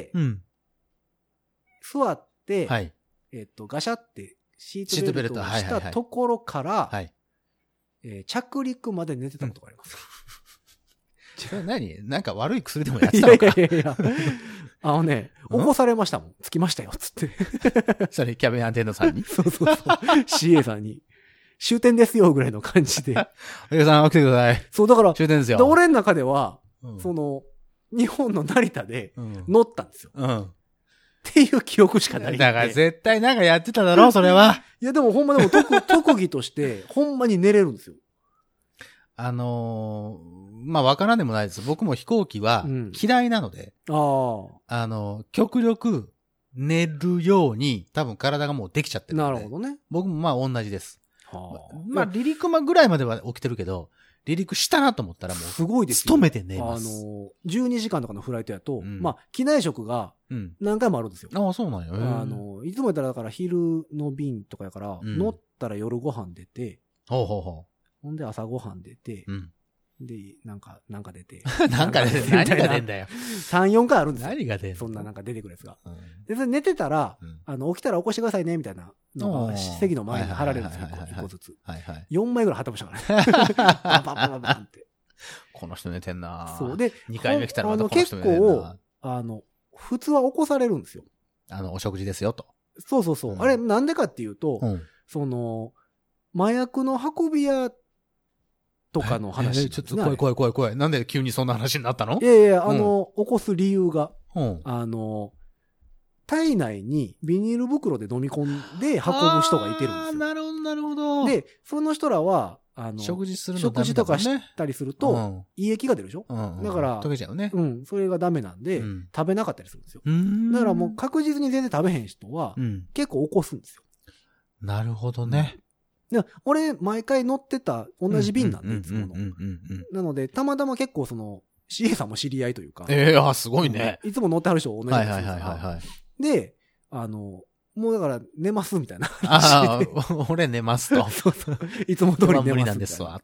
座って、はい。ガシャってシートベルトをしたところから、はい。着陸まで寝てたことがあります。 それ何？なんか悪い薬でもやってたのか？ いや。起こされましたもん。着きましたよ、つって。 それ、キャビンアテンドさんに？ そう。CA さんに。終点ですよ、ぐらいの感じで。 お客さん、起きてください。 そう、だから、 終点ですよ。 俺の中では、日本の成田で乗ったんですよ。っていう記憶しかないんで。 だから絶対なんかやってただろ、それは。 いや、でもほんま特技として、ほんまに寝れるんですよ。 まあ、わからんでもないです。僕も飛行機は嫌いなので、極力寝るように多分体がもうできちゃってるので。 なるほどね。 僕もまあ同じです。まあ、離陸間ぐらいまでは起きてるけど、離陸したなと思ったらもう、 すごいですよ。 勤めて寝ます。 12時間とかのフライトやと、まあ、機内食が何回もあるんですよ。 ああ、そうなんや。 いつもやったらだから昼の便とかやから、乗ったら夜ご飯出て、ほんで朝ご飯出て、で、なんか出て。 何が出んだよ。 3、4回あるんですよ。 何が出んの？ そんななんか出てくるやつが。で、それ寝てたら、起きたら起こしてくださいね、みたいなのが、席の前に貼られるんですよ、1個ずつ。4枚ぐらい貼ってましたからね。バンバンバンバンって。 この人寝てんな。 そう。で、 2回目来たらまたこの人寝てんな。 結構、普通は起こされるんですよ。 お食事ですよと。 そう。あれ、なんでかっていうと、麻薬の運び屋とかの話。 ちょっと怖い。なんで急にそんな話になったの？ いや、起こす理由が、体内にビニール袋で飲み込んで運ぶ人がいてるんですよ。 なるほど。 で、その人らは、 食事とかしたりすると、胃液が出るでしょ？だから、 溶けちゃうね。 それがダメなんで、食べなかったりするんですよ。だからもう確実に全然食べへん人は、結構起こすんですよ。 なるほどね。 俺、毎回乗ってた同じ便なんで、いつもの。なので、たまたま結構CA さんも知り合いというか。 すごいね。 いつも乗ってはる人同じなんですよ。で、もうだから寝ますみたいな話で。 俺寝ますと。 そう。いつも通り寝ますみたいな。 無理なんですわ、と。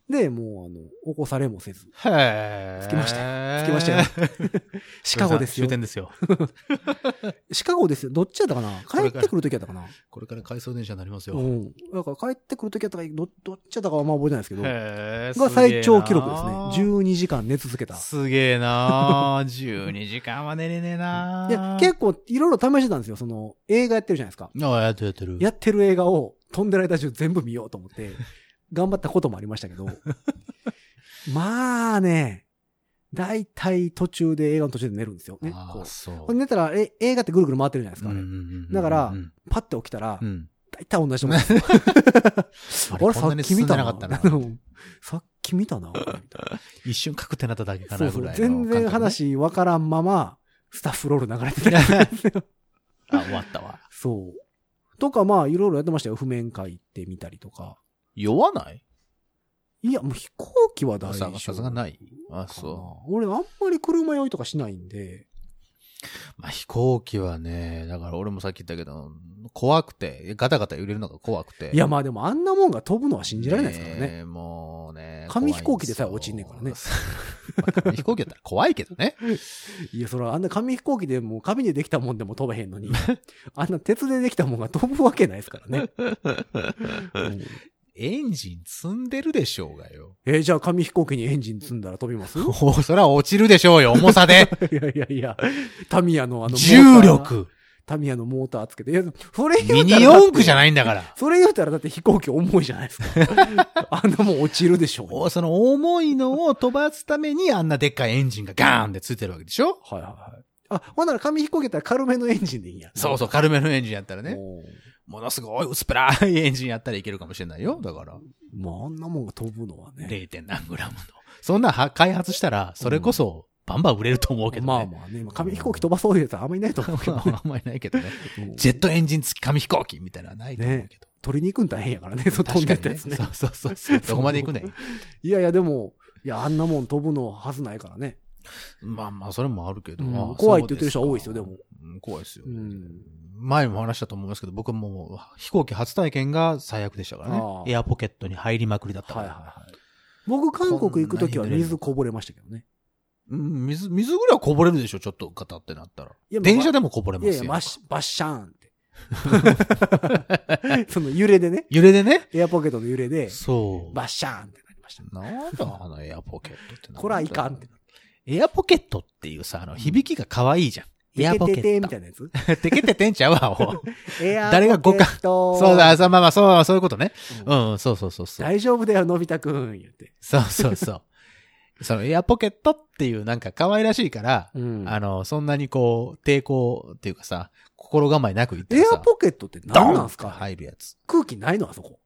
で、もう起こされもせず。 へ着きましたよ。シカゴですよ。 終点ですよ。 シカゴですよ。どっちやったかな帰ってくるときやったかなこれから回送電車になりますよ。 だから帰ってくるときやったかどっちやったかはあんま覚えてないですけど。 が最長記録ですね。12時間寝続けた。 すげえな12時間は寝れねえないや、結構いろいろ試してたんですよ。映画やってるじゃないですか。 やってる。 やってる映画を飛んでる間中全部見ようと思って、頑張ったこともありましたけど。まあね、だいたい映画の途中で寝るんですよね。 そう。 寝たら、映画ってぐるぐる回ってるじゃないですか、だから、パッて起きたら、だいたい同じと思うんですよ。あれ、さっき見たな。さっき見たな。 一瞬カクってなっただけかなぐらい。 全然話わからんまま、スタッフロール流れてたんですよ。 終わったわ。 そう。とか、まあ、いろいろやってましたよ。譜面書いてみたりとか。 酔わない？ いや、もう飛行機は大丈夫。 さすがない。そう。 俺、あんまり車酔いとかしないんで。 まあ、飛行機はね、だから俺もさっき言ったけど、怖くて、ガタガタ揺れるのが怖くて。 いや、まあでもあんなもんが飛ぶのは信じられないですからね。 もうね。 紙飛行機でさえ落ちんねんからね。 紙飛行機だったら怖いけどね。 いや、それはあんな紙飛行機でもう紙でできたもんでも飛べへんのに、あんな鉄でできたもんが飛ぶわけないですからね。 エンジン積んでるでしょうがよ。 じゃあ紙飛行機にエンジン積んだら飛びます？ それは落ちるでしょうよ、重さで。 いや、タミヤの重力。 タミヤのモーターつけて。いや、それ言うたら。ミニ四駆じゃないんだから。 それ言うたらだって飛行機重いじゃないですか。あんなもん落ちるでしょう。 その重いのを飛ばすためにあんなでっかいエンジンがガーンってついてるわけでしょ？ はい。ほんなら紙飛行機やったら軽めのエンジンでいいんや。 そう、軽めのエンジンやったらね。ものすごい薄っぺらいエンジンやったらいけるかもしれないよ。だから。 まあ、あんなもんが飛ぶのはね。 0. 何グラムの。そんな開発したら、それこそ、バンバン売れると思うけどね。 まあまあね。紙飛行機飛ばそういうやつはあんまりいないと思うけど、ね。 あんまりないけどね。ジェットエンジン付き紙飛行機みたいなのはないと思うけど。 取りに行くん大変やからね。飛んでったやつね。 そう。どこまで行くね。 いや、でも、あんなもん飛ぶのはずないからね。 まあ、それもあるけど。 怖いって言ってる人は多いですよ、でも。 怖いですよ。前も話したと思いますけど、僕も飛行機初体験が最悪でしたからね。エアポケットに入りまくりだったから。僕、韓国行くときは水こぼれましたけどね。 水ぐらいこぼれるでしょ、ちょっとガタってなったら。電車でもこぼれますよ。 バッシャーンって。その揺れでね。エアポケットの揺れで。 そう。 バッシャーンってなりました。 なんだ、あのエアポケットって。 これはいかんって。 エアポケットっていうさ、響きが可愛いじゃん。 エアポケット。テケテテみたいなやつテケテテんちゃうわ、 誰が 5回。そうだ、まあ、そういうことね。そう。 大丈夫だよ、のび太くん、言って。 そう。そのエアポケットっていうなんか可愛らしいから、そんなにこう、抵抗っていうかさ、心構えなく言ってさ。 エアポケットって何なんすか？ 入るやつ。 空気ないのあそこ。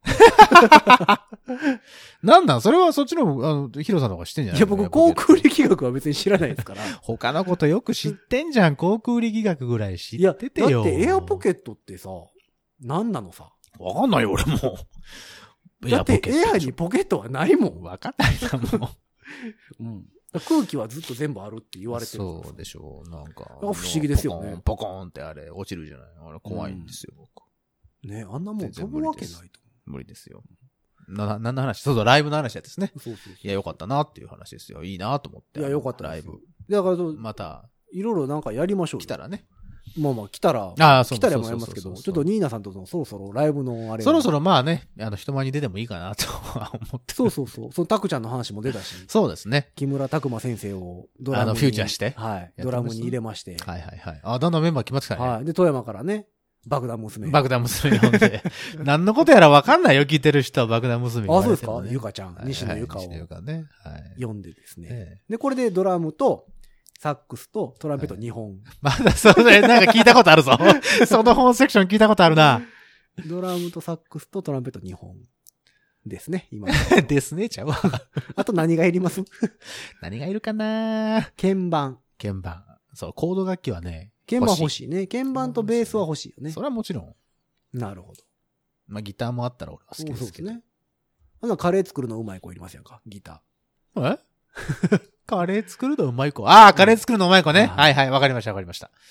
それはそっちの、ヒロさんの方が知ってんじゃない？ いや、僕、航空力学は別に知らないですから。 他のことよく知ってんじゃん。航空力学ぐらい知っててよ。 だってエアポケットってさ、何なのさ。 わかんないよ、俺も。 だってエアにポケットはないもん。 わかんないな、もう。 空気はずっと全部あるって言われてる。 そうでしょう。なんか。 不思議ですよね。 ポコーンってあれ落ちるじゃない。あれ怖いんですよ、僕。 ね、あんなもん飛ぶわけないと。 無理ですよ。何の話？そう、ライブの話やですね。 そう。 いや、よかったなっていう話ですよ。いいなと思って。 いや、よかったライブ。 だから、 また、 いろいろなんかやりましょう。 来たらね。 まあ来たら、来たらもやりますけど、ちょっとニーナさんとそろそろライブのあれ。 そろそろまあね、人前に出てもいいかなとは思って。 そう。そのタクちゃんの話も出たし。 そうですね。 木村拓磨先生をドラムに。 フューチャーして。 はい。ドラムに入れまして。 はい。だんだんメンバー決まってきたね。 はい。で、富山からね、爆弾娘呼んで。何のことやらわかんないよ、聞いてる人は爆弾娘そうですか？ゆかちゃん。西野ゆかを。 ね。 呼んでですね。で、これでドラムと、サックスとトランペット2本。 まだそれ、なんか聞いたことあるぞ。その本セクション聞いたことあるな。 ドラムとサックスとトランペット2本。ですね、今。 ですね、ちゃうわ。 あと何がいります？ 何がいるかな？ 鍵盤。 そう、コード楽器はね。 鍵盤欲しいね。鍵盤とベースは欲しいよね。 それはもちろん。 なるほど。 まあ、ギターもあったら俺は好きですけど。そうですね。カレー作るのうまい子いりますやんか、ギター。カレー作るのうまい子。ああ、カレー作るのうまい子ね。はい、わかりました。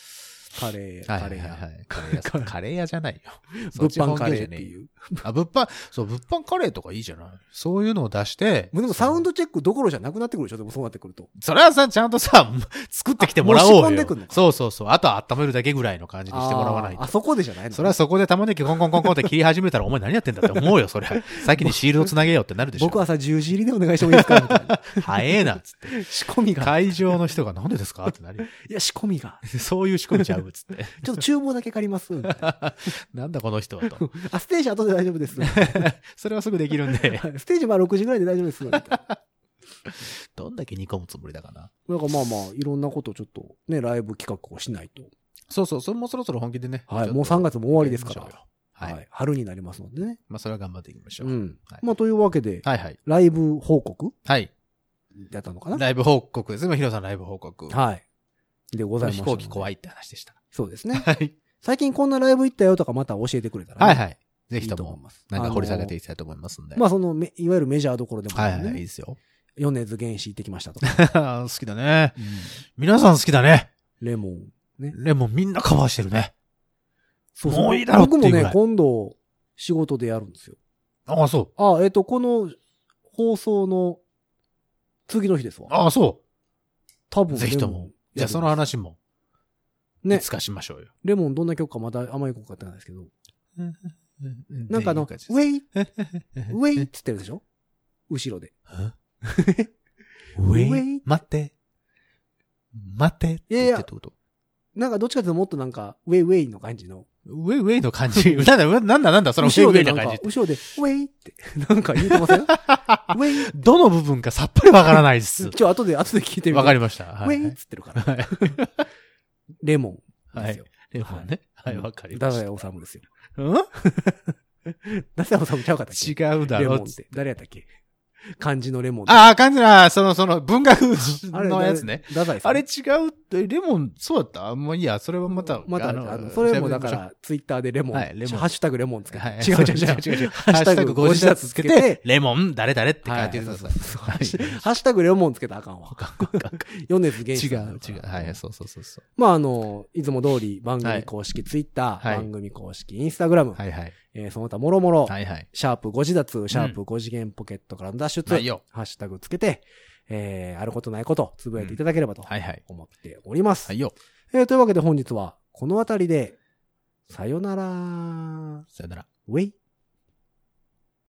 カレー、 カレー屋。カレー屋じゃないよ。 物販カレーっていう。 物販カレーとかいいじゃない。そういうのを出して。 でもサウンドチェックどころじゃなくなってくるでしょ、でもそうなってくると。 それはさ、ちゃんとさ、作ってきてもらおうよ。 仕込んでくんのか。 そう。あとは温めるだけぐらいの感じにしてもらわないと。 そこでじゃないの。 それはそこで玉ねぎコンコンって切り始めたら、お前何やってんだって思うよ、それ。先にシールドつなげようってなるでしょ。 僕はさ、10時入りでお願いしてもいいですかみたいな。 早えな、つって。 仕込みが。 会場の人がなんでですかってなる。 いや、仕込みが。 そういう仕込みちゃう、つって。 ちょっと厨房だけ借ります。 なんだこの人はと。 ステージ後で大丈夫です。 それはすぐできるんで。 ステージは6時ぐらいで大丈夫です。 どんだけ煮込むつもりだかな。 なんかまあ、いろんなことをちょっとね、ライブ企画をしないと。 そう、それもそろそろ本気でね。 はい、もう3月も終わりですから。はい。春になりますのでね。 それは頑張っていきましょう。 うん。というわけで、 はい。 ライブ報告はい。 やったのかな。 ライブ報告ですね。ヒロさんライブ報告。 はい。でございます。 飛行機怖いって話でした。 そうですね。 はい。 最近こんなライブ行ったよとかまた教えてくれたら。 はい。ぜひとも、なんか掘り下げていきたいと思いますんで。 いわゆるメジャーどころでもね。 はい、いいですよ。 米津玄師行ってきましたとか。 好きだね。皆さん好きだね。 レモン。ね。 レモンみんなカバーしてるね。 そう。 もういいだろっていうぐらい。 僕もね、今度、仕事でやるんですよ。 ああ、そう。 この放送の次の日ですわ。 ああ、そう。 多分。 ぜひとも。じゃあその話も。ね。いつかしましょうよ。 レモンどんな曲かまだあんまりよくわかってないですけど。なんかウェイウェイって言ってるでしょ後ろで。 ウェイ待ってって言ってってこと？ なんかどっちかというともっとなんか、ウェイの感じの。 ウェイの感じなんだそのウェイの感じ。 後ろで、ウェイって、なんか言うてません？ウェイ。 どの部分かさっぱりわからないです。 後で聞いてみて。 わかりました。 ウェイっつってるから。レモンですよ。 レモンね。はい、わかりました。 太宰治ですよ。 太宰治ちゃうかったっけ？ 違うだろ。 レモンって。誰やったっけ？漢字のレモン。 漢字の、その文学のやつね。あれ違う、レモン、そうだったもういいや、それはまた。 それもだから、ツイッターでレモン。ハッシュタグレモンつけて。違う。 ハッシュタグご自殺つけて、レモン、誰って書いてください。 ハッシュタグレモンつけたらあかんわ。米津玄師。 違う。はい、そう。 いつも通り番組公式ツイッター、番組公式インスタグラム。その他もろもろ、シャープご自殺、シャープ5次元ポケットからの脱出、ハッシュタグつけて、あることないこと、つぶやいていただければと思っております。というわけで本日は、このあたりで、さよなら。 さよなら。 ウェイ。